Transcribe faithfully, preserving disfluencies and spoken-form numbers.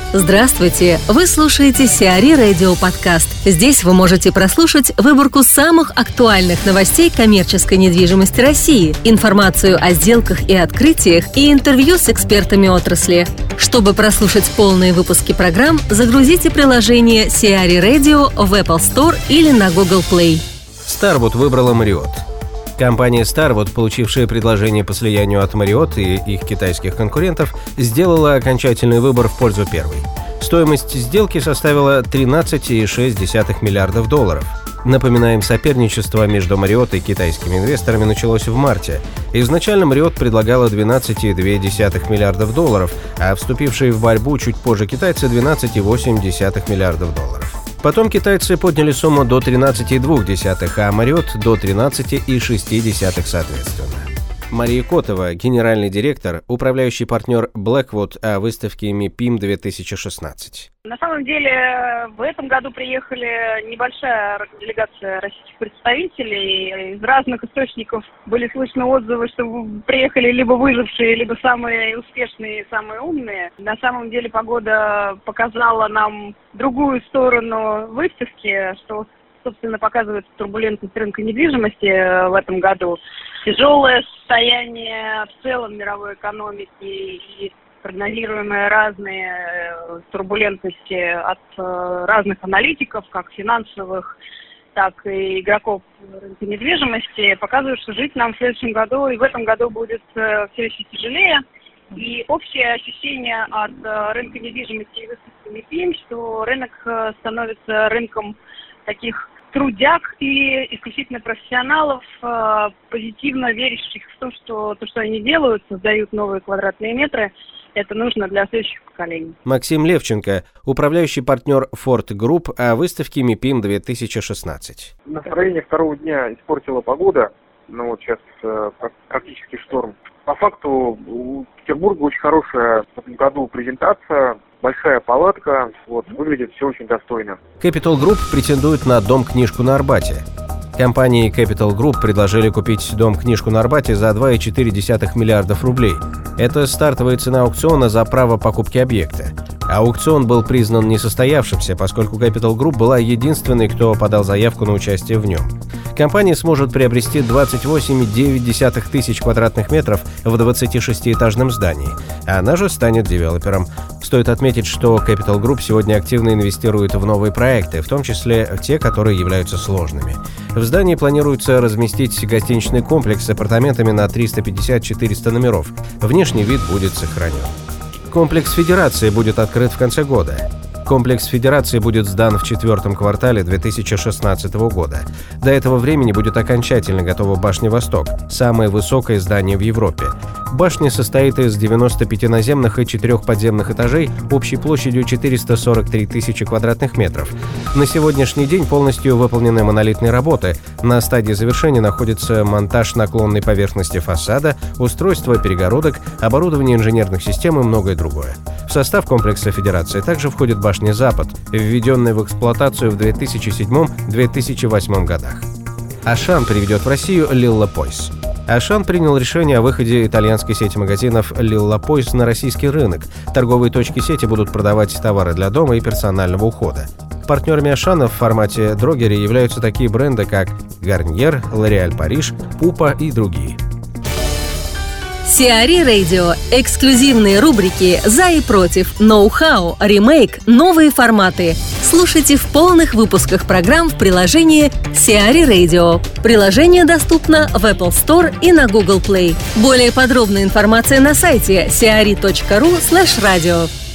Здравствуйте! Вы слушаете Сиари Радио Подкаст. Здесь вы можете прослушать выборку самых актуальных новостей коммерческой недвижимости России, информацию о сделках и открытиях и интервью с экспертами отрасли. Чтобы прослушать полные выпуски программ, загрузите приложение Сиари Radio в Apple Store или на Google Play. Starwood выбрала Marriott. Компания Starwood, получившая предложение по слиянию от Marriott и их китайских конкурентов, сделала окончательный выбор в пользу первой. Стоимость сделки составила тринадцать целых шесть десятых миллиардов долларов. Напоминаем, соперничество между Marriott и китайскими инвесторами началось в марте. Изначально Marriott предлагала двенадцать целых две десятых миллиардов долларов, а вступившие в борьбу чуть позже китайцы – двенадцать целых восемь десятых миллиардов долларов. Потом китайцы подняли сумму до тринадцать целых два десятых, а Marriott до тринадцать целых шесть десятых соответственно. Мария Котова, генеральный директор, управляющий партнер Blackwood о выставке MIPIM две тысячи шестнадцать. На самом деле, в этом году приехали небольшая делегация российских представителей. Из разных источников были слышны отзывы, что приехали либо выжившие, либо самые успешные и самые умные. На самом деле, погода показала нам другую сторону выставки, что, собственно, показывает турбулентность рынка недвижимости в этом году. Тяжелое состояние в целом мировой экономики и прогнозируемые разные турбулентности от разных аналитиков, как финансовых, так и игроков рынка недвижимости, показывают, что жить нам в следующем году и в этом году будет все еще тяжелее. И общее ощущение от рынка недвижимости и выставки MIPIM, что рынок становится рынком таких трудяг и исключительно профессионалов, позитивно верящих в то, что то, что они делают, создают новые квадратные метры, это нужно для следующих поколений. Максим Левченко, управляющий партнер Ford Group о выставке MIPIM две тысячи шестнадцать. Настроение второго дня испортила погода, ну вот сейчас э, практически шторм. По факту у Петербурга очень хорошая в этом году презентация. Большая палатка, вот, выглядит все очень достойно. Capital Group претендует на дом-книжку на Арбате. Компании Capital Group предложили купить дом-книжку на Арбате за два целых четыре десятых миллиардов рублей. Это стартовая цена аукциона за право покупки объекта. Аукцион был признан несостоявшимся, поскольку Capital Group была единственной, кто подал заявку на участие в нем. Компания сможет приобрести двадцать восемь целых девять десятых тысяч квадратных метров в двадцатишестиэтажном здании. Она же станет девелопером. Стоит отметить, что Capital Group сегодня активно инвестирует в новые проекты, в том числе те, которые являются сложными. В здании планируется разместить гостиничный комплекс с апартаментами на триста пятьдесят - четыреста номеров. Внешний вид будет сохранен. Комплекс Федерации будет открыт в конце года. Комплекс Федерации будет сдан в четвертом квартале две тысячи шестнадцатого года. До этого времени будет окончательно готова башня «Восток», самое высокое здание в Европе. Башня состоит из девяноста пяти наземных и четырех подземных этажей общей площадью четыреста сорок три тысячи квадратных метров. На сегодняшний день полностью выполнены монолитные работы. На стадии завершения находится монтаж наклонной поверхности фасада, устройство перегородок, оборудование инженерных систем и многое другое. В состав комплекса Федерации также входит башня «Запад», введенная в эксплуатацию в две тысячи седьмом — две тысячи восьмом годах. Ашан приведет в Россию Лилла Пойс. Ашан принял решение о выходе итальянской сети магазинов Лилла Пойс на российский рынок. Торговые точки сети будут продавать товары для дома и персонального ухода. Партнерами Ашана в формате дрогери являются такие бренды, как Garnier, L'Oréal Paris, Pupa и другие. Сиари Radio. Эксклюзивные рубрики «За и против», «Ноу-хау», «Ремейк», «Новые форматы». Слушайте в полных выпусках программ в приложении Сиари Radio. Приложение доступно в Apple Store и на Google Play. Более подробная информация на сайте сиари точка ру слэш радио.